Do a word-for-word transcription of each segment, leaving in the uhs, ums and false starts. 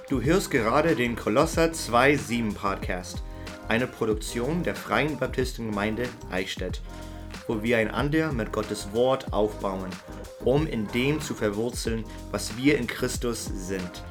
Du hörst gerade den Kolosser zwei Punkt sieben Podcast, eine Produktion der Freien Baptistengemeinde Eichstätt, wo wir einander mit Gottes Wort aufbauen, um in dem zu verwurzeln, was wir in Christus sind.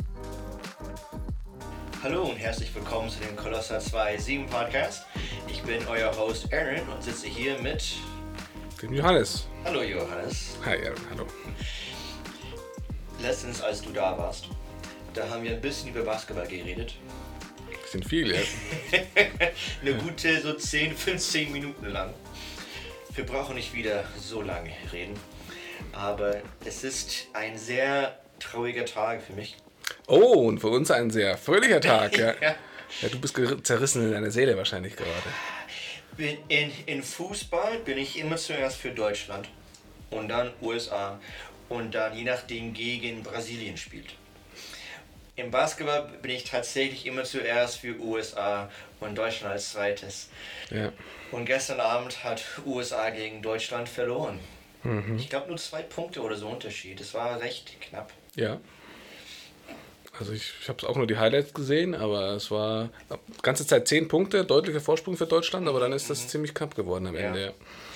Hallo und herzlich willkommen zu dem Kolosser zwei Punkt sieben Podcast. Ich bin euer Host Aaron und sitze hier mit dem Johannes. Hallo Johannes. Hi Aaron, hallo. Letztens, als du da warst, da haben wir ein bisschen über Basketball geredet. Das sind viele, ja. Eine gute so zehn, fünfzehn Minuten lang. Wir brauchen nicht wieder so lange reden. Aber es ist ein sehr trauriger Tag für mich. Oh, und für uns ein sehr fröhlicher Tag, ja. ja. Ja, du bist zerrissen in deiner Seele wahrscheinlich gerade. In, in Fußball bin ich immer zuerst für Deutschland und dann U S A und dann je nachdem gegen Brasilien spielt. Im Basketball bin ich tatsächlich immer zuerst für U S A und Deutschland als zweites. Ja. Und gestern Abend hat U S A gegen Deutschland verloren. Mhm. Ich glaube nur zwei Punkte oder so Unterschied. Es war recht knapp. Ja. Also ich, ich habe es auch nur die Highlights gesehen, aber es war die ganze Zeit zehn Punkte, deutlicher Vorsprung für Deutschland, aber dann ist das mhm. ziemlich knapp geworden am Ende. Ja. Ja.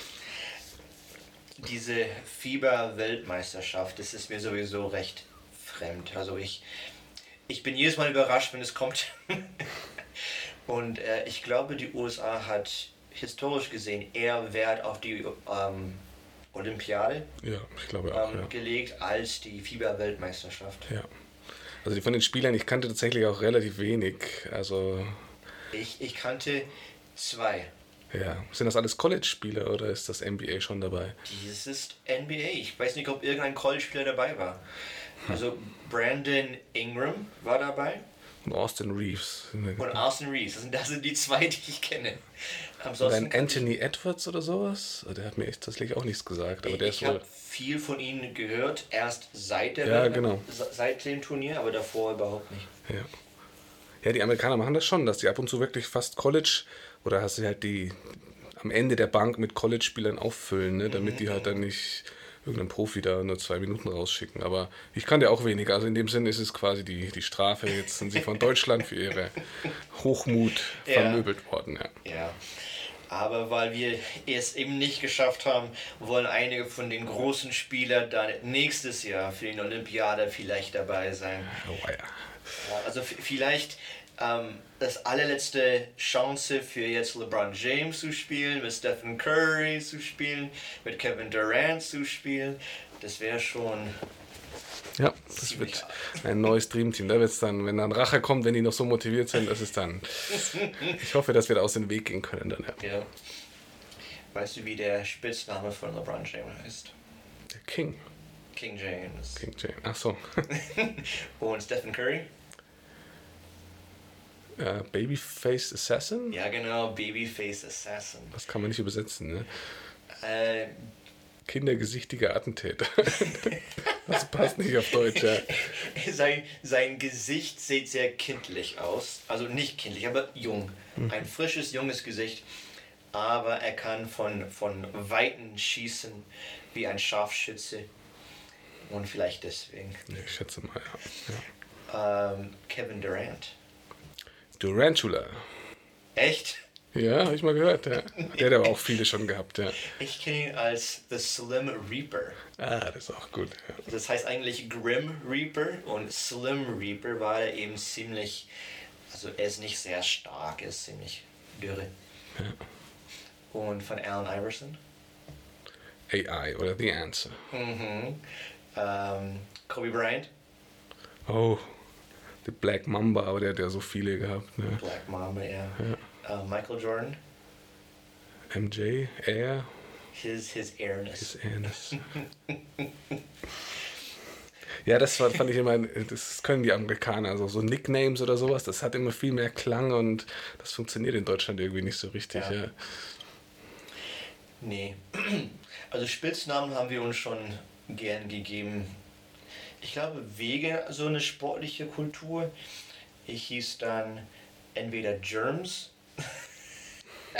Diese FIBA-Weltmeisterschaft, das ist mir sowieso recht fremd. Also ich, ich bin jedes Mal überrascht, wenn es kommt. Und äh, ich glaube, die U S A hat historisch gesehen eher Wert auf die ähm, Olympiade ja, ich glaube auch, ähm, ja. gelegt als die FIBA-Weltmeisterschaft. Ja. Also die von den Spielern, ich kannte tatsächlich auch relativ wenig. Also ich, ich kannte zwei. Ja, sind das alles College-Spieler oder ist das N B A schon dabei? Dieses ist N B A. Ich weiß nicht, ob irgendein College-Spieler dabei war. Also Brandon Ingram war dabei. Und Austin Reeves. Und Austin Reeves. Das sind, das sind die zwei, die ich kenne. Ansonsten und ein Anthony ich... Edwards oder sowas? Der hat mir echt tatsächlich auch nichts gesagt. Aber ich der ich ist habe viel von ihnen gehört, erst seit, der ja, Welt, genau. seit dem Turnier, aber davor überhaupt nicht. Ja. Ja, die Amerikaner machen das schon, dass die ab und zu wirklich fast College oder hast du halt die am Ende der Bank mit College-Spielern auffüllen, ne, damit mhm. die halt dann nicht irgendeinen Profi da nur zwei Minuten rausschicken. Aber ich kann ja auch weniger. Also in dem Sinne ist es quasi die, die Strafe. Jetzt sind sie von Deutschland für ihre Hochmut ja. vermöbelt worden. Ja. ja. Aber weil wir es eben nicht geschafft haben, wollen einige von den großen Spielern dann nächstes Jahr für die Olympiade vielleicht dabei sein. Oh ja. Also f- vielleicht ähm, das allerletzte Chance für jetzt LeBron James zu spielen, mit Stephen Curry zu spielen, mit Kevin Durant zu spielen. Das wäre schon... Ja, das wird ein neues Dreamteam. Da wird's dann, wenn dann Rache kommt, wenn die noch so motiviert sind, das ist dann... Ich hoffe, dass wir da aus dem Weg gehen können dann. Ja. Ja. Weißt du, wie der Spitzname von LeBron James heißt? Der King. King James. King James, ach so. Und Stephen Curry? Uh, Babyface Assassin? Ja, genau, Babyface Assassin. Das kann man nicht übersetzen, ne? Äh, Kindergesichtiger Attentäter. Das passt nicht auf Deutsch, ja. Sein, sein Gesicht sieht sehr kindlich aus. Also nicht kindlich, aber jung. Mhm. Ein frisches, junges Gesicht. Aber er kann von, von Weiten schießen wie ein Scharfschütze. Und vielleicht deswegen. Ich schätze mal, ja. ja. Ähm, Kevin Durant. Durantula. Echt? Ja, habe ich mal gehört, ja. Der hat aber auch viele schon gehabt, ja. Ich kenne ihn als The Slim Reaper. Ah, das ist auch gut, ja. Das heißt eigentlich Grim Reaper und Slim Reaper war er eben ziemlich, also er ist nicht sehr stark, er ist ziemlich dürre. Ja. Und von Allen Iverson? A I oder The Answer. Mhm. Ähm, Kobe Bryant? Oh, The Black Mamba, aber der hat ja so viele gehabt. Ne? Black Mamba, ja. ja. Uh, Michael Jordan? M J, Air? His, his Airness. His Airness. Ja, das war, fand ich immer, das können die Amerikaner, also so Nicknames oder sowas, das hat immer viel mehr Klang und das funktioniert in Deutschland irgendwie nicht so richtig. Ja. Ja. Nee. Also Spitznamen haben wir uns schon gern gegeben. Ich glaube, wegen so eine sportliche Kultur. Ich hieß dann entweder Germs,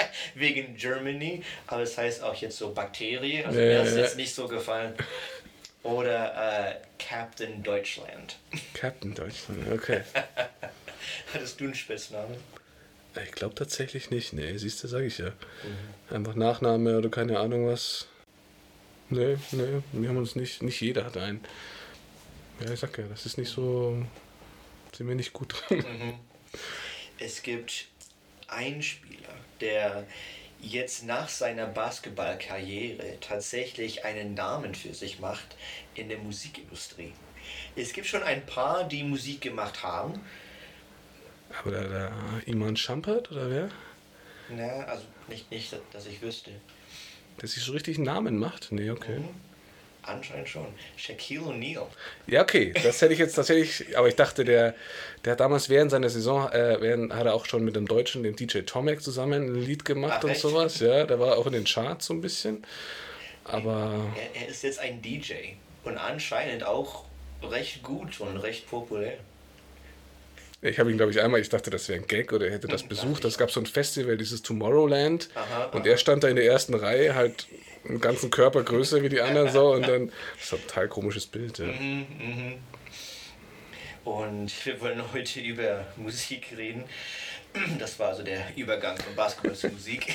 wegen Germany, aber es heißt auch jetzt so Bakterie. Also ja, mir hat es ja. jetzt nicht so gefallen. Oder äh, Captain Deutschland. Captain Deutschland, okay. Hattest du einen Spitznamen? Ich glaube tatsächlich nicht. Nee, siehst du, sag ich ja. Mhm. Einfach Nachname oder keine Ahnung was. Nee, nee, wir haben uns nicht, nicht jeder hat einen. Ja, ich sag ja, das ist nicht so, sind wir nicht gut drin. Mhm. Es gibt einen Spieler, der jetzt nach seiner Basketballkarriere tatsächlich einen Namen für sich macht in der Musikindustrie. Es gibt schon ein paar, die Musik gemacht haben. Aber der, der Iman Shumpert oder wer? Na, also nicht, nicht, dass ich wüsste. Der sich so richtig einen Namen macht? Nee, okay. Mhm. Anscheinend schon. Shaquille O'Neal. Ja, okay, das hätte ich jetzt tatsächlich, aber ich dachte, der, der hat damals während seiner Saison, äh, während, hat er auch schon mit dem Deutschen, dem D J Tomek, zusammen ein Lied gemacht. Ach, und echt? Sowas. Ja, der war auch in den Charts so ein bisschen. Aber. Er, er ist jetzt ein D J und anscheinend auch recht gut und recht populär. Ich habe ihn, glaube ich, einmal, ich dachte, das wäre ein Gag oder er hätte das besucht. Es gab so ein Festival, dieses Tomorrowland. Aha, und aha. Er stand da in der ersten Reihe, halt einen ganzen Körper größer wie die anderen so. Und dann, das ist ein total komisches Bild. Ja. Mhm, mhm. Und wir wollen heute über Musik reden. Das war also der Übergang von Basketball zu Musik.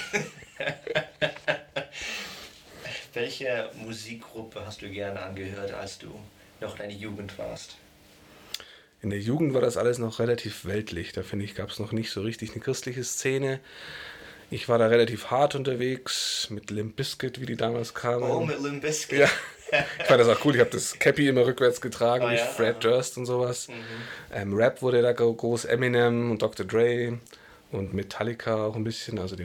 Welche Musikgruppe hast du gerne angehört, als du noch deine Jugend warst? In der Jugend war das alles noch relativ weltlich. Da finde ich, gab es noch nicht so richtig eine christliche Szene. Ich war da relativ hart unterwegs mit Limp Bizkit, wie die damals kamen. Oh, mit Limp Bizkit. Ja. Ich fand das auch cool. Ich habe das Cappy immer rückwärts getragen, oh, wie ja? Fred Durst und sowas. Mhm. Ähm, Rap wurde da groß, Eminem und Doktor Dre und Metallica auch ein bisschen, also die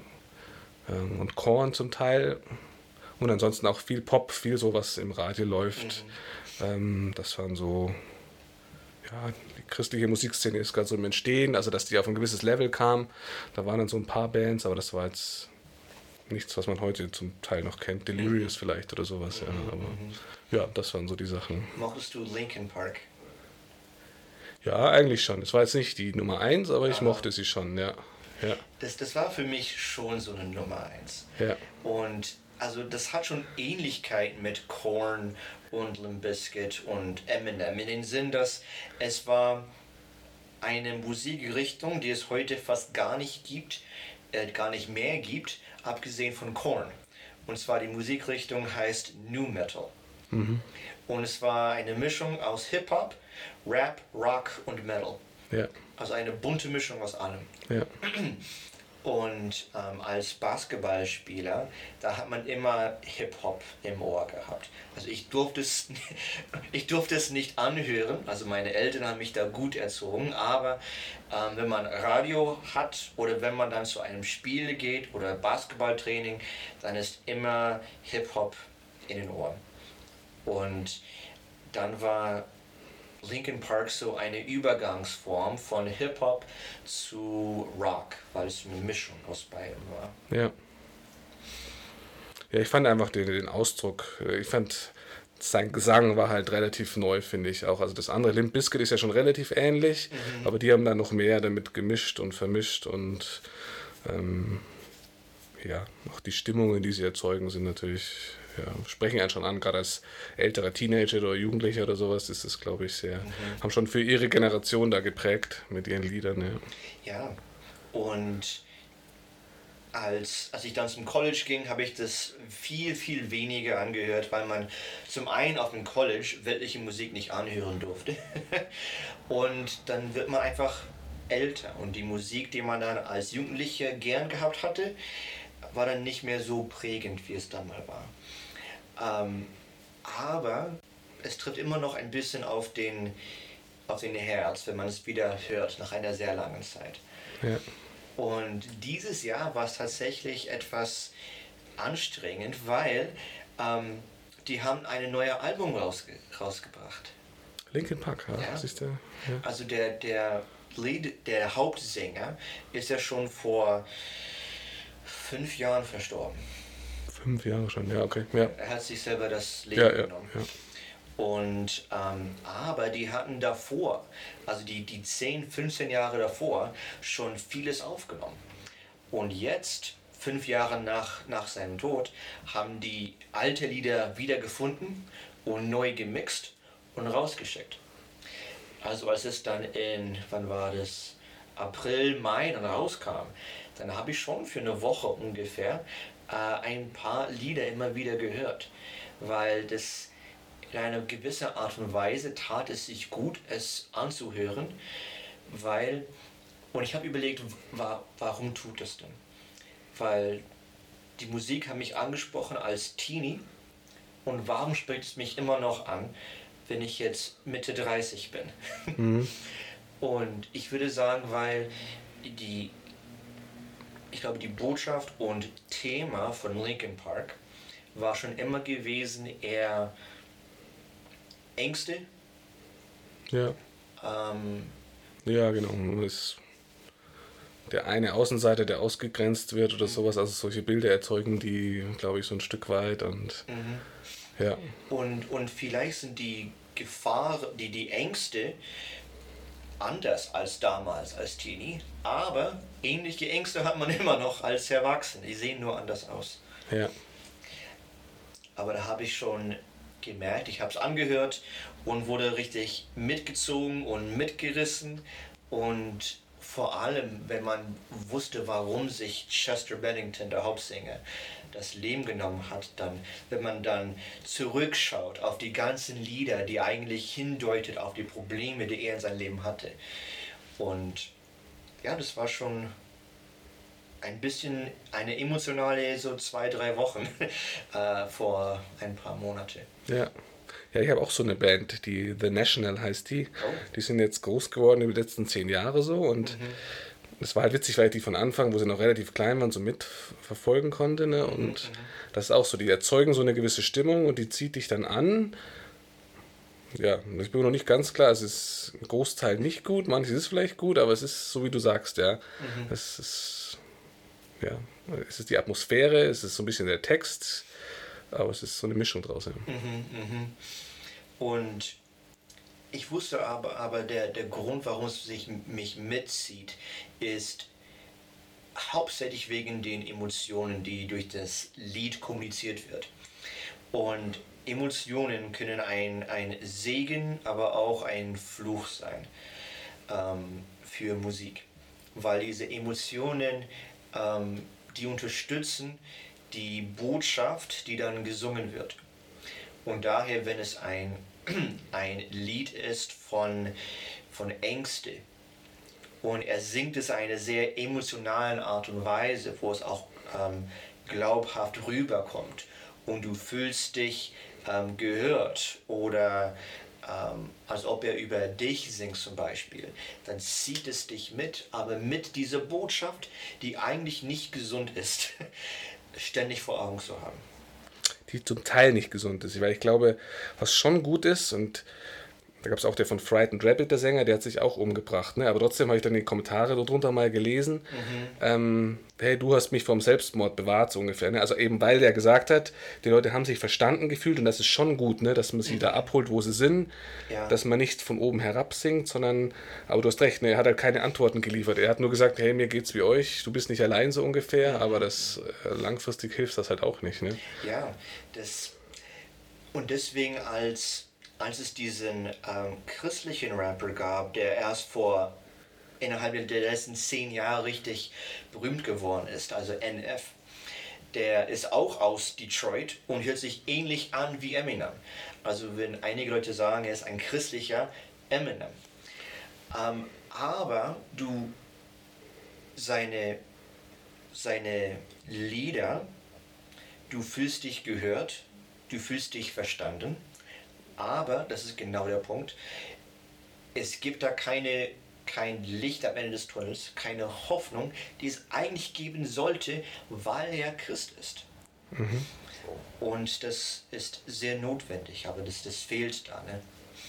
ähm, und Korn zum Teil. Und ansonsten auch viel Pop, viel so, was im Radio läuft. Mhm. Ähm, das waren so... Ja, die christliche Musikszene ist gerade so im Entstehen, also dass die auf ein gewisses Level kam. Da waren dann so ein paar Bands, aber das war jetzt nichts, was man heute zum Teil noch kennt. Delirious mhm. vielleicht oder sowas. Ja, aber ja, das waren so die Sachen. Mochtest du Linkin Park? Ja, eigentlich schon. Es war jetzt nicht die Nummer eins, aber ich ah. mochte sie schon, ja. ja. Das, das war für mich schon so eine Nummer eins. Ja. Und also das hat schon Ähnlichkeiten mit Korn und Limp Bizkit und Eminem in den Sinn, dass es war eine Musikrichtung, die es heute fast gar nicht gibt, äh, gar nicht mehr gibt, abgesehen von Korn. Und zwar die Musikrichtung heißt Nu Metal. Mhm. Und es war eine Mischung aus Hip-Hop, Rap, Rock und Metal. Ja. Also eine bunte Mischung aus allem. Ja. Und ähm, als Basketballspieler, da hat man immer Hip-Hop im Ohr gehabt. Also ich durfte es, ich durfte es nicht anhören, also meine Eltern haben mich da gut erzogen, aber ähm, wenn man Radio hat oder wenn man dann zu einem Spiel geht oder Basketballtraining, dann ist immer Hip-Hop in den Ohren. Und dann war Linkin Park so eine Übergangsform von Hip-Hop zu Rock, weil es eine Mischung aus beiden war. Ja. Ja, ich fand einfach den, den Ausdruck, ich fand, sein Gesang war halt relativ neu, finde ich auch. Also das andere, Limp Bizkit ist ja schon relativ ähnlich, mhm. aber die haben da noch mehr damit gemischt und vermischt und ähm, ja, auch die Stimmungen, die sie erzeugen, sind natürlich... Ja, sprechen einen schon an, gerade als älterer Teenager oder Jugendlicher oder sowas, ist das, glaube ich, sehr, mhm. haben schon für ihre Generation da geprägt mit ihren Liedern. Ja, ja. Und als, als ich dann zum College ging, habe ich das viel, viel weniger angehört, weil man zum einen auf dem College weltliche Musik nicht anhören durfte und dann wird man einfach älter und die Musik, die man dann als Jugendlicher gern gehabt hatte, war dann nicht mehr so prägend, wie es dann mal war. Ähm, aber es trifft immer noch ein bisschen auf den, auf den Herz, wenn man es wieder hört, nach einer sehr langen Zeit. Ja. Und dieses Jahr war es tatsächlich etwas anstrengend, weil ähm, die haben ein neues Album rausge rausgebracht. Linkin Park, ja. Ja. Siehst du? Ja. Also der, der, Lead, der Hauptsänger ist ja schon vor fünf Jahren verstorben. Fünf Jahre schon, ja, okay. Ja. Er hat sich selber das Leben ja, genommen. Ja, ja. Und, ähm, aber die hatten davor, also die, die zehn, fünfzehn Jahre davor, schon vieles aufgenommen. Und jetzt, fünf Jahre nach, nach seinem Tod, haben die alte Lieder wiedergefunden und neu gemixt und rausgeschickt. Also als es dann in, wann war das, April, Mai dann rauskam, dann habe ich schon für eine Woche ungefähr äh, ein paar Lieder immer wieder gehört, weil das in einer gewissen Art und Weise tat es sich gut, es anzuhören, weil, und ich habe überlegt, wa warum tut es denn? Weil die Musik hat mich angesprochen als Teenie, und warum spricht es mich immer noch an, wenn ich jetzt Mitte dreißig bin? Mhm. Und ich würde sagen, weil die, ich glaube, die Botschaft und Thema von Linkin Park war schon immer gewesen, eher Ängste. Ja. Ähm, Ja, genau. Man ist der eine Außenseiter, der ausgegrenzt wird oder sowas, also solche Bilder erzeugen die, glaube ich, so ein Stück weit und mhm. ja. Und, und vielleicht sind die Gefahren, die, die Ängste anders als damals als Teenie, aber ähnliche Ängste hat man immer noch als Erwachsene. Die sehen nur anders aus. Ja. Aber da habe ich schon gemerkt, ich habe es angehört und wurde richtig mitgezogen und mitgerissen. Und vor allem, wenn man wusste, warum sich Chester Bennington, der Hauptsänger, das Leben genommen hat, dann, wenn man dann zurückschaut auf die ganzen Lieder, die eigentlich hindeutet auf die Probleme, die er in seinem Leben hatte. Und ja, das war schon ein bisschen eine emotionale, so zwei, drei Wochen äh, vor ein paar Monaten. Ja. Ja, ich habe auch so eine Band, die The National heißt die. Oh. Die sind jetzt groß geworden über die letzten zehn Jahre so und es war halt witzig, weil ich die von Anfang, wo sie noch relativ klein waren, so mitverfolgen konnte. Ne? Und Mhm. das ist auch so, die erzeugen so eine gewisse Stimmung und die zieht dich dann an. Ja, ich bin mir noch nicht ganz klar, es ist ein Großteil nicht gut, manches ist vielleicht gut, aber es ist so, wie du sagst, ja. Mhm. Es ist, ja, es ist die Atmosphäre, es ist so ein bisschen der Text, aber es ist so eine Mischung draus. Ja. Mhm, mhm. Und ich wusste aber, aber der, der Grund, warum es sich mich mitzieht, ist hauptsächlich wegen den Emotionen, die durch das Lied kommuniziert wird. Und Emotionen können ein, ein Segen, aber auch ein Fluch sein ähm, für Musik. Weil diese Emotionen, ähm, die unterstützen die Botschaft, die dann gesungen wird. Und daher, wenn es ein, ein Lied ist von, von Ängste und er singt es in einer sehr emotionalen Art und Weise, wo es auch ähm, glaubhaft rüberkommt und du fühlst dich ähm, gehört oder ähm, als ob er über dich singt zum Beispiel, dann zieht es dich mit, aber mit dieser Botschaft, die eigentlich nicht gesund ist, ständig vor Augen zu haben. Die zum Teil nicht gesund ist, weil ich glaube, was schon gut ist und da gab es auch der von Frightened Rabbit, der Sänger, der hat sich auch umgebracht. Ne? Aber trotzdem habe ich dann die Kommentare darunter mal gelesen. Mhm. Ähm, hey, du hast mich vom Selbstmord bewahrt, so ungefähr. Ne? Also eben, weil der gesagt hat, die Leute haben sich verstanden gefühlt und das ist schon gut, ne? Dass man sie mhm. da abholt, wo sie sind. Ja. Dass man nicht von oben herab singt, sondern, aber du hast recht, ne? Er hat halt keine Antworten geliefert. Er hat nur gesagt, hey, mir geht's wie euch, du bist nicht allein, so ungefähr. Mhm. Aber das äh, langfristig hilft das halt auch nicht. Ne? Ja, das und deswegen als als es diesen ähm, christlichen Rapper gab, der erst vor innerhalb der letzten zehn Jahre richtig berühmt geworden ist, also N F, der ist auch aus Detroit und hört sich ähnlich an wie Eminem. Also wenn einige Leute sagen, er ist ein christlicher Eminem. Ähm, aber du, seine, seine Lieder, du fühlst dich gehört, du fühlst dich verstanden. Aber, das ist genau der Punkt, es gibt da keine, kein Licht am Ende des Tunnels, keine Hoffnung, die es eigentlich geben sollte, weil er Christ ist. Mhm. Und das ist sehr notwendig, aber das, das fehlt da. Ne?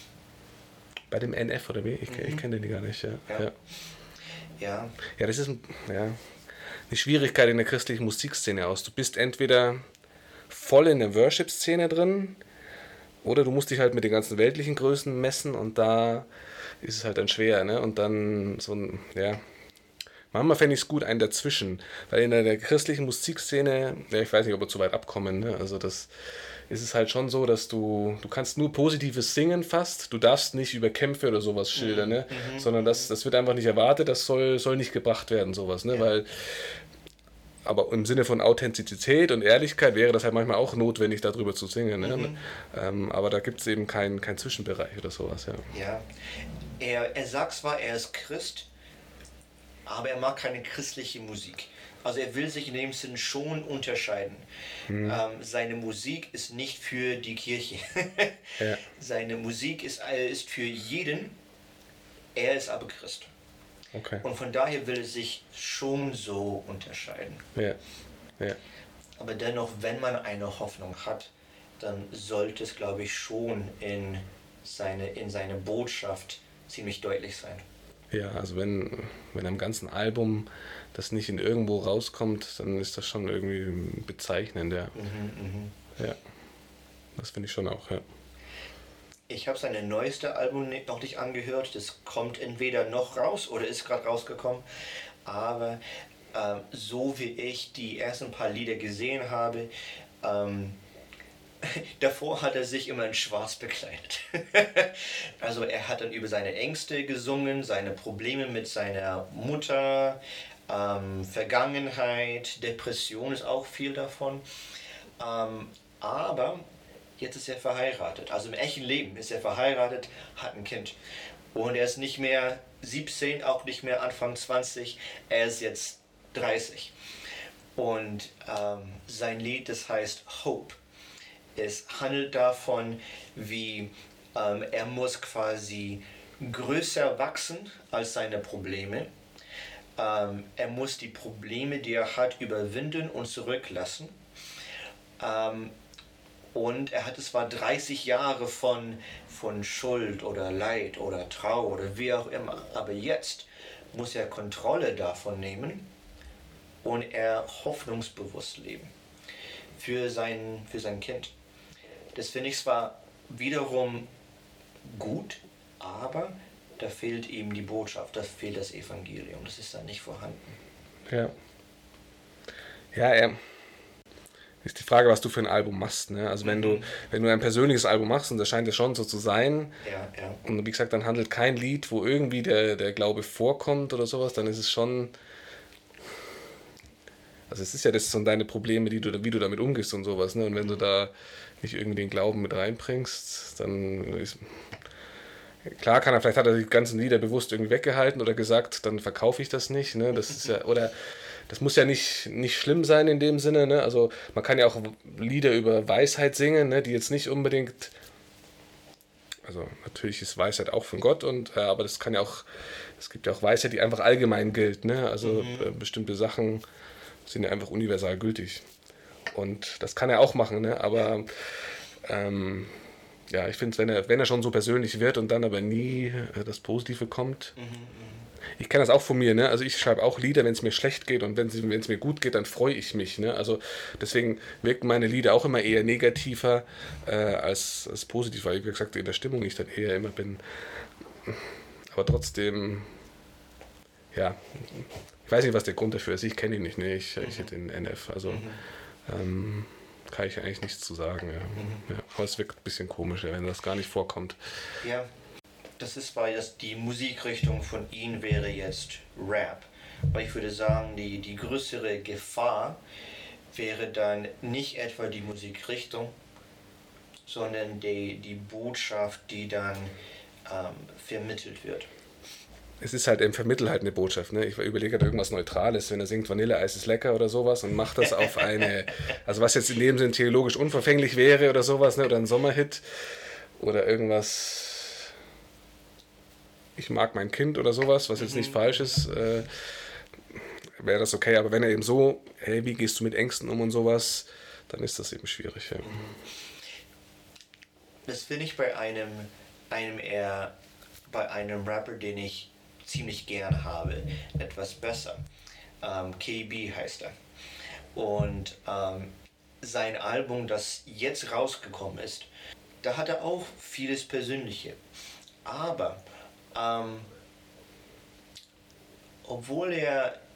Bei dem N F oder wie? Ich, mhm. ich kenne den gar nicht. Ja. Ja. Ja. ja. ja, das ist ein, ja, eine Schwierigkeit in der christlichen Musikszene aus. Du bist entweder voll in der Worship-Szene drin, oder du musst dich halt mit den ganzen weltlichen Größen messen und da ist es halt dann schwer, ne? Und dann so ein, ja, Manchmal fände ich es gut, einen dazwischen. Weil in der, der christlichen Musikszene, ja, ich weiß nicht, ob wir zu weit abkommen, ne? Also das ist es halt schon so, dass du, du kannst nur Positives singen fast, du darfst nicht über Kämpfe oder sowas schildern, ne? Mhm. Sondern das, das wird einfach nicht erwartet, das soll, soll nicht gebracht werden, sowas, ne? Ja. Weil, aber im Sinne von Authentizität und Ehrlichkeit wäre das halt manchmal auch notwendig, darüber zu singen, ne? Mhm. Ähm, aber da gibt es eben keinen kein Zwischenbereich oder sowas, ja. Ja. Er, er sagt zwar, er ist Christ, aber er mag keine christliche Musik. Also er will sich in dem Sinn schon unterscheiden. Hm. Ähm, seine Musik ist nicht für die Kirche. Ja. Seine Musik ist, äh, ist für jeden, er ist aber Christ. Okay. Und von daher will er sich schon so unterscheiden. Ja. Ja. Aber dennoch, wenn man eine Hoffnung hat, dann sollte es, glaube ich, schon in seine, in seine Botschaft ziemlich deutlich sein. Ja, also wenn, wenn am ganzen Album das nicht in irgendwo rauskommt, dann ist das schon irgendwie bezeichnend, ja. Mhm, mh. Ja, das finde ich schon auch, ja. Ich habe seine neueste Album noch nicht angehört. Das kommt entweder noch raus oder ist gerade rausgekommen. Aber ähm, so wie ich die ersten paar Lieder gesehen habe, ähm, davor hat er sich immer in Schwarz bekleidet. Also er hat dann über seine Ängste gesungen, seine Probleme mit seiner Mutter, ähm, Vergangenheit, Depression ist auch viel davon. Ähm, aber jetzt ist er verheiratet. Also im echten Leben ist er verheiratet, hat ein Kind. Und er ist nicht mehr siebzehn, auch nicht mehr Anfang zwanzig, er ist jetzt dreißig. Und ähm, sein Lied, das heißt Hope. Es handelt davon, wie ähm, er muss quasi größer wachsen als seine Probleme. Ähm, er muss die Probleme, die er hat, überwinden und zurücklassen. Ähm, und er hatte zwar dreißig Jahre von, von Schuld oder Leid oder Trauer oder wie auch immer, aber jetzt muss er Kontrolle davon nehmen und er hoffnungsbewusst leben für sein, für sein Kind. Das finde ich zwar wiederum gut, aber da fehlt ihm die Botschaft, da fehlt das Evangelium, das ist da nicht vorhanden. Ja. Ja, er. Ist die Frage, was du für ein Album machst. Ne? Also wenn Mhm. du, wenn du ein persönliches Album machst, und das scheint ja schon so zu sein, Ja, ja. und wie gesagt, dann handelt kein Lied, wo irgendwie der, der Glaube vorkommt oder sowas, dann ist es schon. Also es ist ja das sind deine Probleme, die du, wie du damit umgehst und sowas. Ne? Und wenn du da nicht irgendwie den Glauben mit reinbringst, dann ist. Klar kann er, vielleicht hat er die ganzen Lieder bewusst irgendwie weggehalten oder gesagt, dann verkaufe ich das nicht. Ne? Das ist ja, oder das muss ja nicht, nicht schlimm sein in dem Sinne. Ne? Also man kann ja auch Lieder über Weisheit singen, ne? Die jetzt nicht unbedingt. Also natürlich ist Weisheit auch von Gott, und äh, aber das kann ja auch, es gibt ja auch Weisheit, die einfach allgemein gilt. Ne? Also Mhm. äh, bestimmte Sachen sind ja einfach universal gültig. Und das kann er auch machen, ne? Aber ähm, ja, ich finde es, wenn er, wenn er schon so persönlich wird und dann aber nie äh, das Positive kommt. Mhm. Ich kenne das auch von mir, ne? Also ich schreibe auch Lieder, wenn es mir schlecht geht, und wenn es mir gut geht, dann freue ich mich, ne? Also deswegen wirken meine Lieder auch immer eher negativer äh, als, als positiv, weil ich, wie gesagt, in der Stimmung ich dann eher immer bin. Aber trotzdem, ja, ich weiß nicht, was der Grund dafür ist. Ich kenne ihn nicht, ne? Ich, ich hätte den N F, also Mhm. ähm, kann ich eigentlich nichts zu sagen, ja. Mhm. Ja, aber es wirkt ein bisschen komisch, ja, wenn das gar nicht vorkommt. Ja, das ist, weil das die Musikrichtung von ihm wäre jetzt Rap. Aber ich würde sagen, die, die größere Gefahr wäre dann nicht etwa die Musikrichtung, sondern die, die Botschaft, die dann ähm, vermittelt wird. Es ist halt, er vermittelt halt eine Botschaft. Ne? Ich überlege halt irgendwas Neutrales, wenn er singt, Vanilleeis ist lecker oder sowas, und macht das auf eine, also was jetzt in dem Sinn theologisch unverfänglich wäre oder sowas, ne? Oder ein Sommerhit oder irgendwas, ich mag mein Kind oder sowas, was jetzt nicht Mhm. falsch ist, äh, wäre das okay. Aber wenn er eben so, hey, wie gehst du mit Ängsten um und sowas, dann ist das eben schwierig. Ja. Das finde ich bei einem, einem eher, bei einem Rapper, den ich ziemlich gern habe, etwas besser. Ähm, K B heißt er. Und ähm, sein Album, das jetzt rausgekommen ist, da hat er auch vieles Persönliche. Aber ähm, obwohl er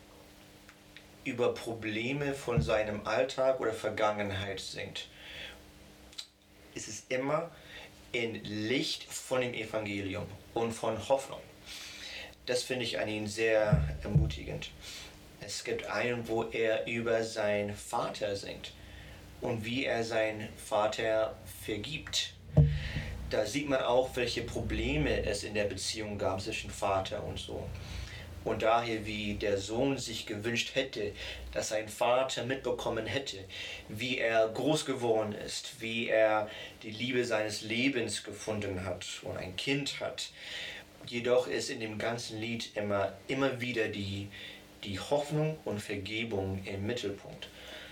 über Probleme von seinem Alltag oder Vergangenheit singt, ist es immer in Licht von dem Evangelium und von Hoffnung. Das finde ich an ihm sehr ermutigend. Es gibt einen, wo er über seinen Vater singt und wie er seinen Vater vergibt. Da sieht man auch, welche Probleme es in der Beziehung gab zwischen Vater und Sohn. Und daher, wie der Sohn sich gewünscht hätte, dass sein Vater mitbekommen hätte, wie er groß geworden ist, wie er die Liebe seines Lebens gefunden hat und ein Kind hat. Jedoch ist in dem ganzen Lied immer, immer wieder die, die Hoffnung und Vergebung im Mittelpunkt.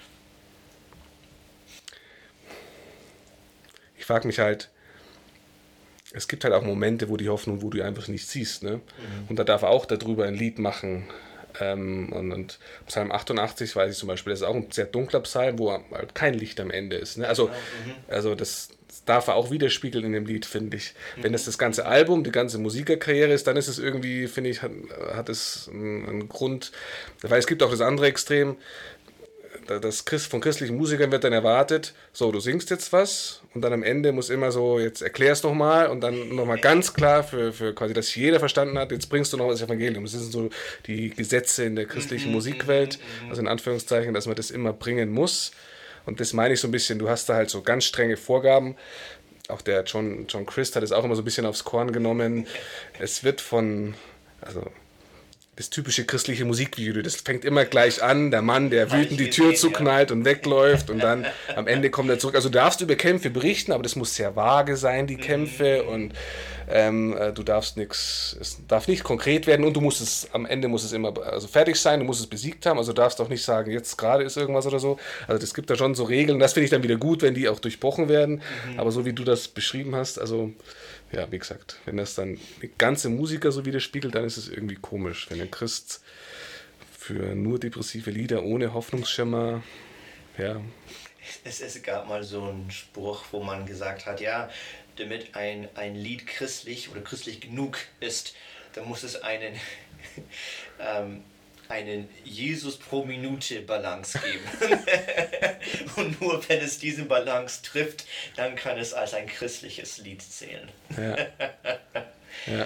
Ich frage mich halt, es gibt halt auch Momente, wo die Hoffnung, wo du einfach nicht siehst. Ne? Mhm. Und da darf er auch darüber ein Lied machen. Ähm, und, und Psalm achtundachtzig weiß ich zum Beispiel, das ist auch ein sehr dunkler Psalm, wo halt kein Licht am Ende ist. Ne? Also, mhm. also das, das darf er auch widerspiegeln in dem Lied, finde ich. Mhm. Wenn das das ganze Album, die ganze Musikerkarriere ist, dann ist es irgendwie, finde ich, hat, hat es einen, einen Grund. Weil es gibt auch das andere Extrem, das Christ, von christlichen Musikern wird dann erwartet, so, du singst jetzt was und dann am Ende muss immer so, jetzt erklär's nochmal und dann nochmal ganz klar, für, für quasi, dass jeder verstanden hat, jetzt bringst du noch das Evangelium. Das sind so die Gesetze in der christlichen Musikwelt, also in Anführungszeichen, dass man das immer bringen muss. Und das meine ich so ein bisschen, du hast da halt so ganz strenge Vorgaben. Auch der John, John Christ hat es auch immer so ein bisschen aufs Korn genommen. Es wird von, also das typische christliche Musikvideo, das fängt immer gleich an, der Mann, der wütend die Tür zuknallt und wegläuft und dann am Ende kommt er zurück. Also du darfst über Kämpfe berichten, aber das muss sehr vage sein, die Kämpfe, und ähm, du darfst nichts, es darf nicht konkret werden und du musst es, am Ende muss es immer also fertig sein, du musst es besiegt haben, also du darfst auch nicht sagen, jetzt gerade ist irgendwas oder so. Also das gibt da schon so Regeln, das finde ich dann wieder gut, wenn die auch durchbrochen werden, mhm. aber so wie du das beschrieben hast, also ja, wie gesagt, wenn das dann die ganze Musiker so widerspiegelt, dann ist es irgendwie komisch, wenn ein Christ für nur depressive Lieder ohne Hoffnungsschimmer, ja. Es, es gab mal so einen Spruch, wo man gesagt hat, ja, damit ein, ein Lied christlich oder christlich genug ist, dann muss es einen, ähm, einen Jesus pro Minute Balance geben. Und nur wenn es diese Balance trifft, dann kann es als ein christliches Lied zählen. Ja. Ja.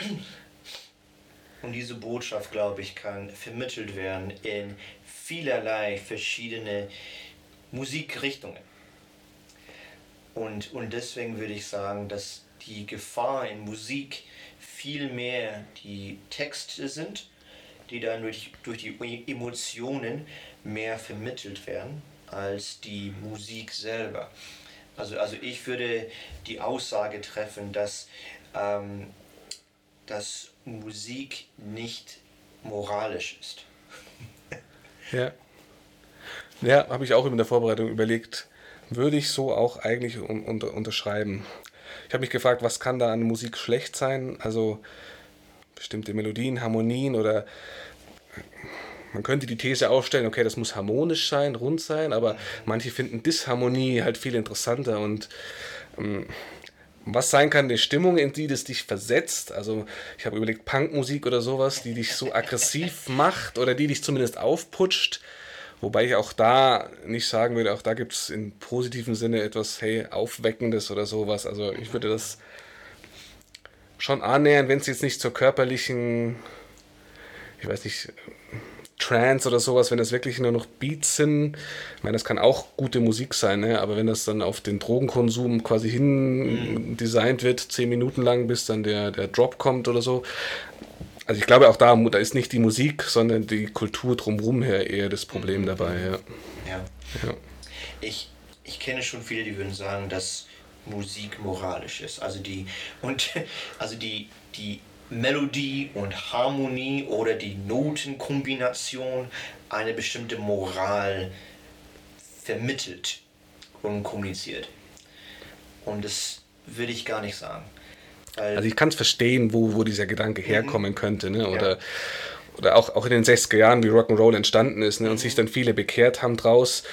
Und diese Botschaft, glaube ich, kann vermittelt werden in vielerlei verschiedene Musikrichtungen. Und, und deswegen würde ich sagen, dass die Gefahr in Musik viel mehr die Texte sind, die dann durch, durch die Emotionen mehr vermittelt werden, als die Musik selber. Also, also ich würde die Aussage treffen, dass, ähm, dass Musik nicht moralisch ist. Ja, ja, habe ich auch in der Vorbereitung überlegt, würde ich so auch eigentlich un- unter- unterschreiben. Ich habe mich gefragt, was kann da an Musik schlecht sein? Also bestimmte Melodien, Harmonien, oder man könnte die These aufstellen, okay, das muss harmonisch sein, rund sein, aber manche finden Disharmonie halt viel interessanter. Und ähm, was sein kann, eine Stimmung, in die das dich versetzt. Also ich habe überlegt, Punkmusik oder sowas, die dich so aggressiv macht oder die dich zumindest aufputscht. Wobei ich auch da nicht sagen würde, auch da gibt es im positiven Sinne etwas, hey, Aufweckendes oder sowas. Also ich würde das schon annähern, wenn es jetzt nicht zur körperlichen, ich weiß nicht, Trance oder sowas, wenn das wirklich nur noch Beats sind. Ich meine, das kann auch gute Musik sein, ne? Aber wenn das dann auf den Drogenkonsum quasi hin designt wird, zehn Minuten lang, bis dann der, der Drop kommt oder so. Also ich glaube auch da, da ist nicht die Musik, sondern die Kultur drumherum her eher das Problem dabei. Ja. Ja. Ja. Ich, ich kenne schon viele, die würden sagen, dass Musik moralisch ist. Also die, und, also die, die Melodie und Harmonie oder die Notenkombination eine bestimmte Moral vermittelt und kommuniziert. Und das würde ich gar nicht sagen. Weil also ich kann es verstehen, wo, wo dieser Gedanke herkommen mhm. könnte, ne? Oder, ja. oder auch, auch in den sechziger Jahren, wie Rock'n'Roll entstanden ist, ne? Und mhm. sich dann viele bekehrt haben draus.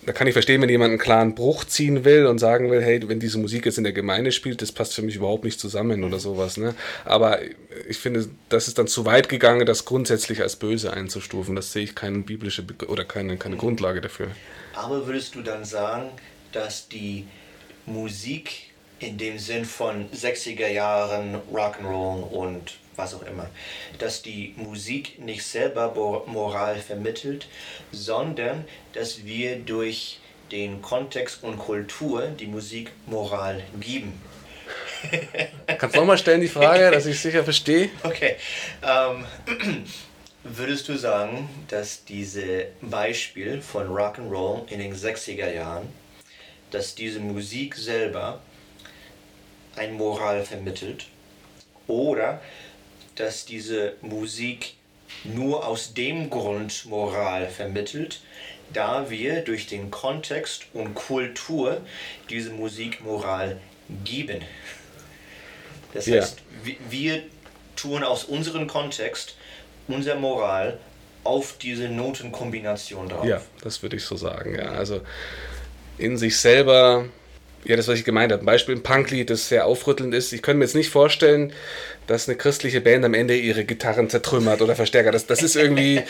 da kann ich verstehen, wenn jemand einen klaren Bruch ziehen will und sagen will, hey, wenn diese Musik jetzt in der Gemeinde spielt, das passt für mich überhaupt nicht zusammen oder sowas. Ne? Aber ich finde, das ist dann zu weit gegangen, das grundsätzlich als böse einzustufen. Das sehe ich keine biblische Be- oder keine, keine Grundlage dafür. Aber würdest du dann sagen, dass die Musik in dem Sinn von sechziger Jahren Rock'n'Roll und was auch immer, dass die Musik nicht selber Moral vermittelt, sondern dass wir durch den Kontext und Kultur die Musik Moral geben? Kannst du nochmal stellen die Frage, dass ich es sicher verstehe? Okay. Ähm, würdest du sagen, dass diese Beispiel von Rock'n'Roll in den sechziger Jahren, dass diese Musik selber ein Moral vermittelt, oder dass diese Musik nur aus dem Grund Moral vermittelt, da wir durch den Kontext und Kultur diese Musik Moral geben? Das Ja. heißt, wir, wir tun aus unserem Kontext unser Moral auf diese Notenkombination drauf. Ja, das würde ich so sagen. Ja. Also in sich selber, ja, das, was ich gemeint habe, ein Beispiel ein Punklied, das sehr aufrüttelnd ist. Ich könnte mir jetzt nicht vorstellen, dass eine christliche Band am Ende ihre Gitarren zertrümmert oder verstärkt. Das, das ist irgendwie,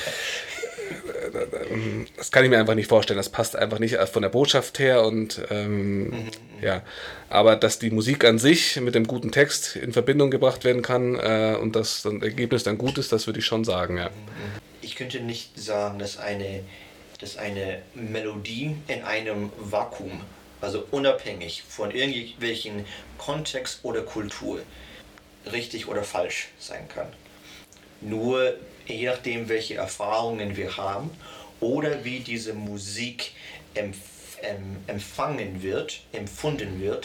das kann ich mir einfach nicht vorstellen. Das passt einfach nicht von der Botschaft her und ähm, mhm, ja. Aber dass die Musik an sich mit dem guten Text in Verbindung gebracht werden kann äh, und das dann Ergebnis dann gut ist, das würde ich schon sagen, ja. Ich könnte nicht sagen, dass eine, dass eine Melodie in einem Vakuum, also unabhängig von irgendwelchen Kontext oder Kultur, richtig oder falsch sein kann. Nur je nachdem, welche Erfahrungen wir haben oder wie diese Musik empf ähm, empfangen wird, empfunden wird,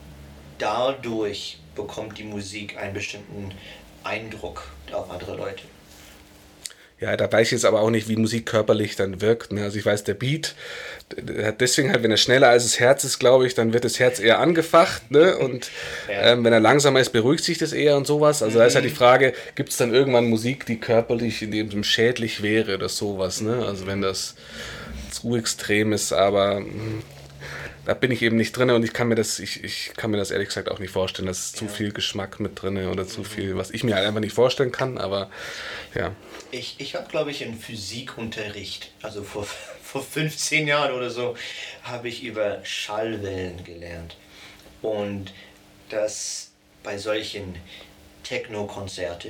dadurch bekommt die Musik einen bestimmten Eindruck auf andere Leute. Ja, da weiß ich jetzt aber auch nicht, wie Musik körperlich dann wirkt. Ne? Also ich weiß, der Beat, der hat deswegen halt, wenn er schneller als das Herz ist, glaube ich, dann wird das Herz eher angefacht. Ne? Und ja. ähm, wenn er langsamer ist, beruhigt sich das eher und sowas. Also mhm. da ist halt die Frage, gibt es dann irgendwann Musik, die körperlich in dem schädlich wäre oder sowas. Ne? Also wenn das zu extrem ist, aber mh, da bin ich eben nicht drin und ich kann mir das, ich, ich kann mir das ehrlich gesagt auch nicht vorstellen. Da ist zu ja. viel Geschmack mit drin oder zu viel, was ich mir halt einfach nicht vorstellen kann, aber ja. Ich, ich habe, glaube ich, in Physikunterricht, also vor, vor fünfzehn Jahren oder so, habe ich über Schallwellen gelernt. Und dass bei solchen Techno-Konzerte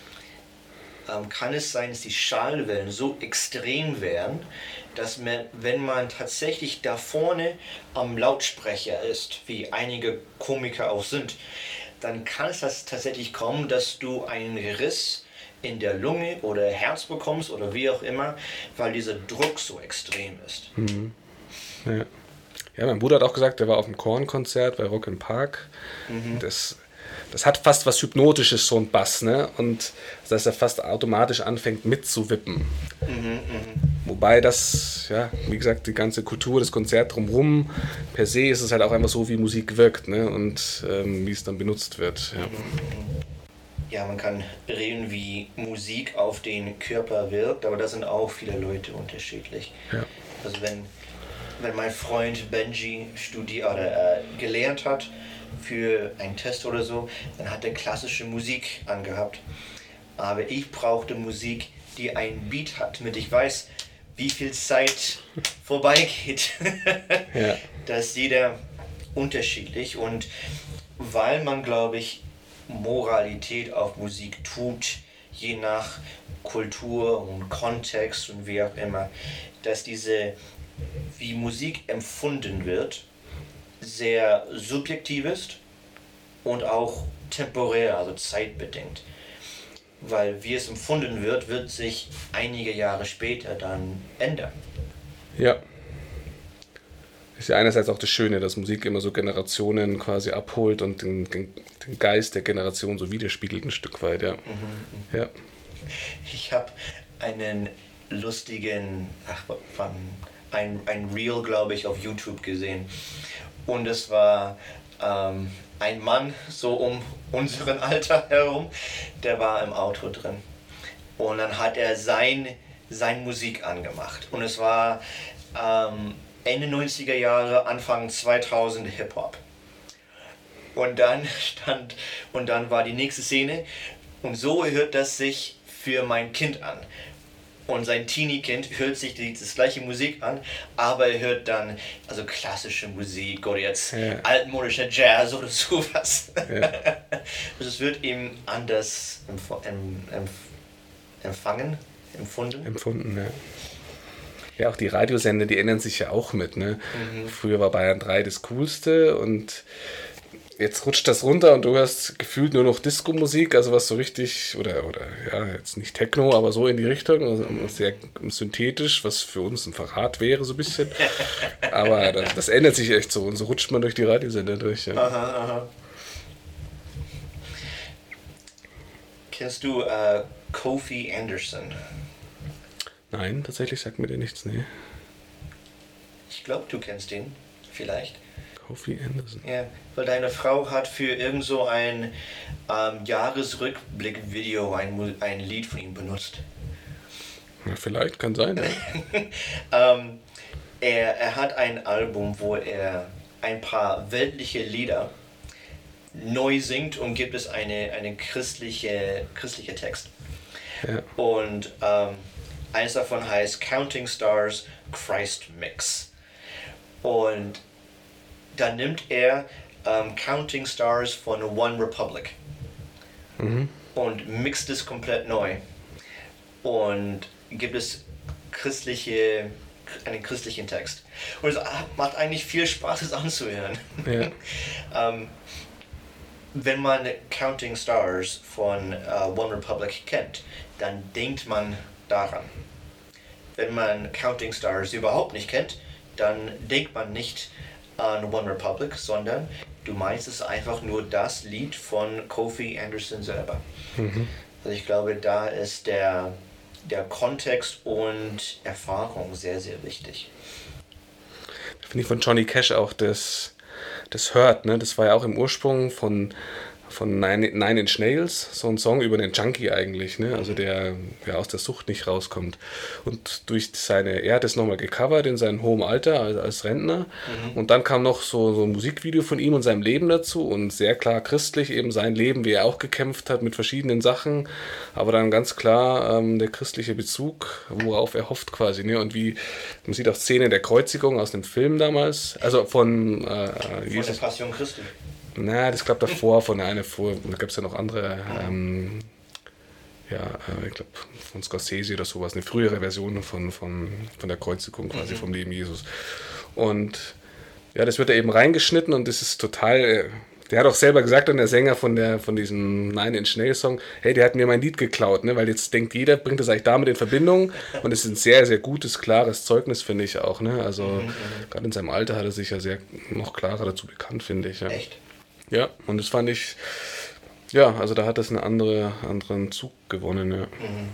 ähm, kann es sein, dass die Schallwellen so extrem wären, dass man, wenn man tatsächlich da vorne am Lautsprecher ist, wie einige Komiker auch sind, dann kann es das tatsächlich kommen, dass du einen Riss in der Lunge oder Herz bekommst oder wie auch immer, weil dieser Druck so extrem ist. Mhm. Ja. ja, mein Bruder hat auch gesagt, der war auf dem Korn-Konzert bei Rock im Park. Mhm. Das, das hat fast was Hypnotisches, so ein Bass, ne? Und dass er fast automatisch anfängt mitzuwippen. Mhm, Wobei das, ja, wie gesagt, die ganze Kultur, das Konzert drumherum, per se ist es halt auch einfach so, wie Musik wirkt, ne? Und ähm, wie es dann benutzt wird. Ja. Mhm. Ja, man kann reden, wie Musik auf den Körper wirkt, aber da sind auch viele Leute unterschiedlich. Ja. Also wenn, wenn mein Freund Benji studiert oder äh, gelernt hat für einen Test oder so, dann hat er klassische Musik angehabt. Aber ich brauchte Musik, die einen Beat hat, damit ich weiß, wie viel Zeit vorbeigeht. Ja. Da ist jeder unterschiedlich und weil man, glaube ich, Moralität auf Musik tut, je nach Kultur und Kontext und wie auch immer, dass diese, wie Musik empfunden wird, sehr subjektiv ist und auch temporär, also zeitbedingt. Weil wie es empfunden wird, wird sich einige Jahre später dann ändern. Ja. Ist ja einerseits auch das Schöne, dass Musik immer so Generationen quasi abholt und den, den, den Geist der Generation so widerspiegelt ein Stück weit, ja. Mhm. Ja. Ich habe einen lustigen, ach, ein, ein Reel, glaube ich, auf YouTube gesehen. Und es war ähm, ein Mann, so um unseren Alter herum, der war im Auto drin. Und dann hat er sein, sein Musik angemacht. Und es war... Ähm, Ende neunziger Jahre, Anfang zweitausend Hip-Hop. Und dann stand, und dann war die nächste Szene, und so hört das sich für mein Kind an. Und sein Teenie-Kind hört sich die, das gleiche Musik an, aber er hört dann also klassische Musik oder jetzt ja. altmodischer Jazz oder sowas. Ja. Also es wird ihm anders empf- empf- empfangen, empfunden. Empfunden, ja. Ja, auch die Radiosender, die ändern sich ja auch mit, ne? Mhm. Früher war Bayern drei das Coolste und jetzt rutscht das runter und du hörst gefühlt nur noch Disco-Musik, also was so richtig, oder, oder ja, jetzt nicht Techno, aber so in die Richtung, also sehr synthetisch, was für uns ein Verrat wäre, so ein bisschen. Aber das, das ändert sich echt so und so rutscht man durch die Radiosender durch. Ja. Aha, aha. Kennst du äh, Kofi Anderson? Nein, tatsächlich sagt mir der nichts, nee. Ich glaube, du kennst ihn, vielleicht. Kofi Anderson. Ja, weil deine Frau hat für irgend so ein ähm, Jahresrückblick-Video ein, ein Lied von ihm benutzt. Ja, vielleicht, kann sein. Ja. ähm, er, er hat ein Album, wo er ein paar weltliche Lieder neu singt und gibt es eine, eine christliche, christliche Text. Ja. Und ähm, eins davon heißt Counting Stars Christ Mix. Und dann nimmt er ähm, Counting Stars von One Republic mhm. und mixt es komplett neu. Und gibt es christliche, einen christlichen Text. Und es macht eigentlich viel Spaß, es anzuhören. Ja. ähm, wenn man Counting Stars von uh, One Republic kennt, dann denkt man daran. Wenn man Counting Stars überhaupt nicht kennt, dann denkt man nicht an One Republic, sondern du meinst es einfach nur das Lied von Kofi Anderson selber. Mhm. Also ich glaube, da ist der, der Kontext und Erfahrung sehr, sehr wichtig. Finde ich von Johnny Cash auch das, das Hurt, ne? Das war ja auch im Ursprung von von Nine, Nine Inch Nails, so ein Song über einen Junkie eigentlich, ne? Also der ja aus der Sucht nicht rauskommt. Und durch seine, er hat es nochmal gecovert in seinem hohen Alter als, als Rentner. Mhm. Und dann kam noch so, so ein Musikvideo von ihm und seinem Leben dazu und sehr klar christlich eben sein Leben, wie er auch gekämpft hat mit verschiedenen Sachen, aber dann ganz klar ähm, der christliche Bezug, worauf er hofft quasi, ne? Und wie, man sieht auch Szenen der Kreuzigung aus dem Film damals, also von äh, Jesus. Von der Passion Christi. Na, das klappt davor, von der eine vor, da gab es ja noch andere, ähm, ja, äh, ich glaube von Scorsese oder sowas, eine frühere Version von, von, von der Kreuzigung quasi, mhm. vom Leben Jesus. Und ja, das wird da eben reingeschnitten und das ist total, äh, der hat auch selber gesagt, dann der Sänger von der von diesem Nine Inch Nails Song, hey, der hat mir mein Lied geklaut, ne? Weil jetzt denkt jeder, bringt das eigentlich damit in Verbindung und es ist ein sehr, sehr gutes, klares Zeugnis, finde ich auch, ne? Also mhm. gerade in seinem Alter hat er sich ja sehr noch klarer dazu bekannt, finde ich. Ja. Echt? Ja, und das fand ich, ja, also da hat das einen andere, anderen Zug gewonnen, ja. Mhm.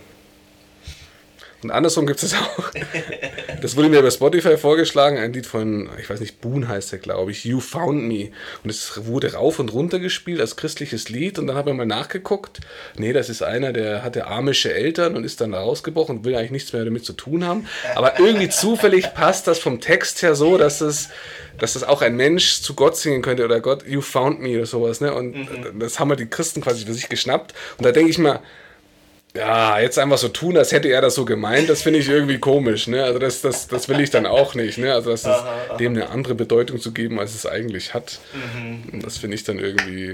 Und andersrum gibt es auch. Das wurde mir bei Spotify vorgeschlagen, ein Lied von, ich weiß nicht, Boone heißt der, glaube ich, You Found Me. Und es wurde rauf und runter gespielt als christliches Lied und dann habe ich mal nachgeguckt. Nee, das ist einer, der hatte amische Eltern und ist dann da rausgebrochen und will eigentlich nichts mehr damit zu tun haben. Aber irgendwie zufällig passt das vom Text her so, dass es dass das auch ein Mensch zu Gott singen könnte oder Gott, you found me oder sowas, ne? Und mhm. das haben halt die Christen quasi für sich geschnappt. Und da denke ich mal, ja, jetzt einfach so tun, als hätte er das so gemeint, das finde ich irgendwie komisch, ne? Also das, das, das will ich dann auch nicht, ne? Also das ist, aha, aha. dem eine andere Bedeutung zu geben, als es eigentlich hat. Mhm. Das finde ich dann irgendwie,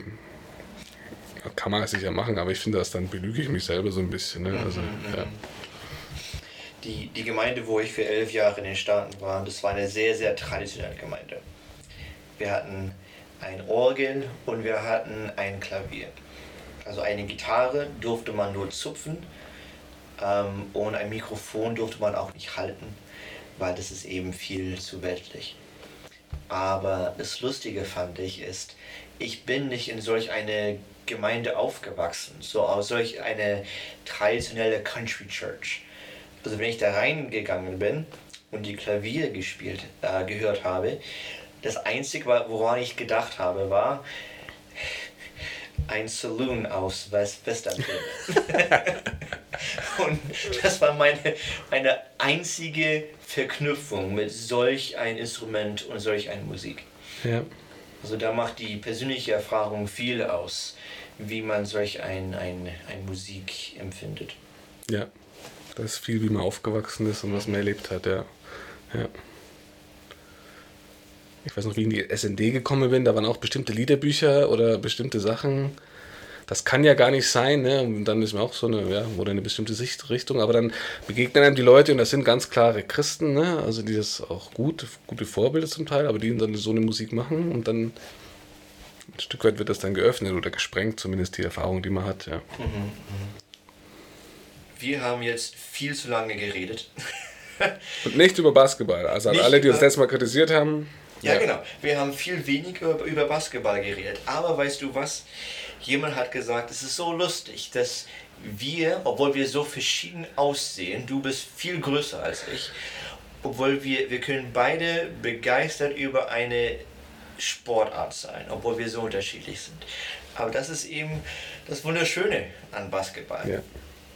kann man sicher machen, aber ich finde das, dann belüge ich mich selber so ein bisschen, ne? Also, mhm. ja. Die, die Gemeinde, wo ich für elf Jahre in den Staaten war, das war eine sehr, sehr traditionelle Gemeinde. Wir hatten ein Orgel und wir hatten ein Klavier. Also eine Gitarre durfte man nur zupfen ähm, und ein Mikrofon durfte man auch nicht halten, weil das ist eben viel zu weltlich. Aber das Lustige fand ich ist, ich bin nicht in solch eine Gemeinde aufgewachsen, so aus solch eine traditionelle Country Church. Also wenn ich da reingegangen bin und die Klavier gespielt, äh, gehört habe, das Einzige, woran ich gedacht habe, war, ein Saloon aus West Westafrika. Und das war meine eine einzige Verknüpfung mit solch ein Instrument und solch eine Musik. Ja. Also da macht die persönliche Erfahrung viel aus, wie man solch ein, ein, ein Musik empfindet. Ja, das ist viel, wie man aufgewachsen ist und was man erlebt hat, ja. ja. Ich weiß noch, wie ich in die S N D gekommen bin, da waren auch bestimmte Liederbücher oder bestimmte Sachen. Das kann ja gar nicht sein, ne? Und dann ist man auch so eine, ja, oder eine bestimmte Sichtrichtung, aber dann begegnen einem die Leute und das sind ganz klare Christen, ne? Also die das auch gut, gute Vorbilder zum Teil, aber die dann so eine Musik machen und dann ein Stück weit wird das dann geöffnet oder gesprengt, zumindest die Erfahrung, die man hat, ja. Mhm. Wir haben jetzt viel zu lange geredet. Und nicht über Basketball, also an alle, die uns letztes Mal kritisiert haben. Ja, ja, genau. Wir haben viel weniger über Basketball geredet. Aber weißt du was? Jemand hat gesagt, es ist so lustig, dass wir, obwohl wir so verschieden aussehen, du bist viel größer als ich, obwohl wir, wir können beide begeistert über eine Sportart sein, obwohl wir so unterschiedlich sind. Aber das ist eben das Wunderschöne an Basketball. Ja.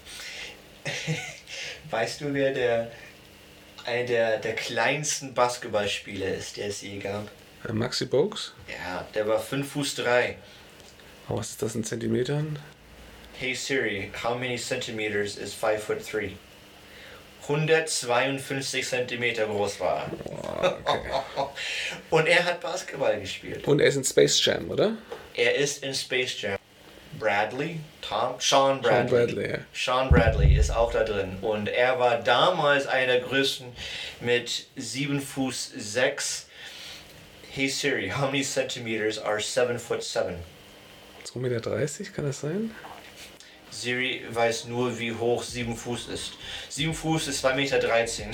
Weißt du, wer der einer der, der kleinsten Basketballspieler ist, der es je gab? Maxi Bogues? Ja, der war fünf Fuß drei. Oh, was ist das in Zentimetern? Hey Siri, how many centimeters is five foot three? hundertzweiundfünfzig Zentimeter groß war er. Oh, okay. Und er hat Basketball gespielt. Und er ist in Space Jam, oder? Er ist in Space Jam. Bradley, Tom, Sean Bradley. Sean Bradley, ja. Sean Bradley ist auch da drin. Und er war damals einer der größten mit sieben Fuß sechs. Hey Siri, how many centimeters are seven foot seven? zwei Meter dreißig, kann das sein? Siri weiß nur, wie hoch sieben Fuß ist. sieben Fuß ist zwei Meter dreizehn.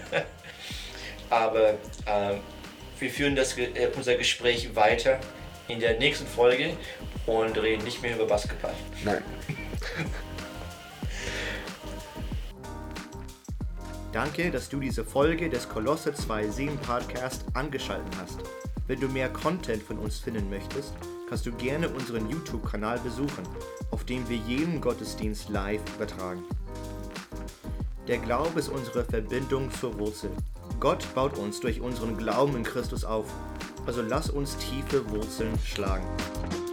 Aber ähm, wir führen das, äh, unser Gespräch weiter in der nächsten Folge und reden nicht mehr über Basketball. Nein. Danke, dass du diese Folge des Kolosse zwei sieben Podcast angeschaltet hast. Wenn du mehr Content von uns finden möchtest, kannst du gerne unseren YouTube-Kanal besuchen, auf dem wir jeden Gottesdienst live übertragen. Der Glaube ist unsere Verbindung zur Wurzel. Gott baut uns durch unseren Glauben in Christus auf, also lass uns tiefe Wurzeln schlagen.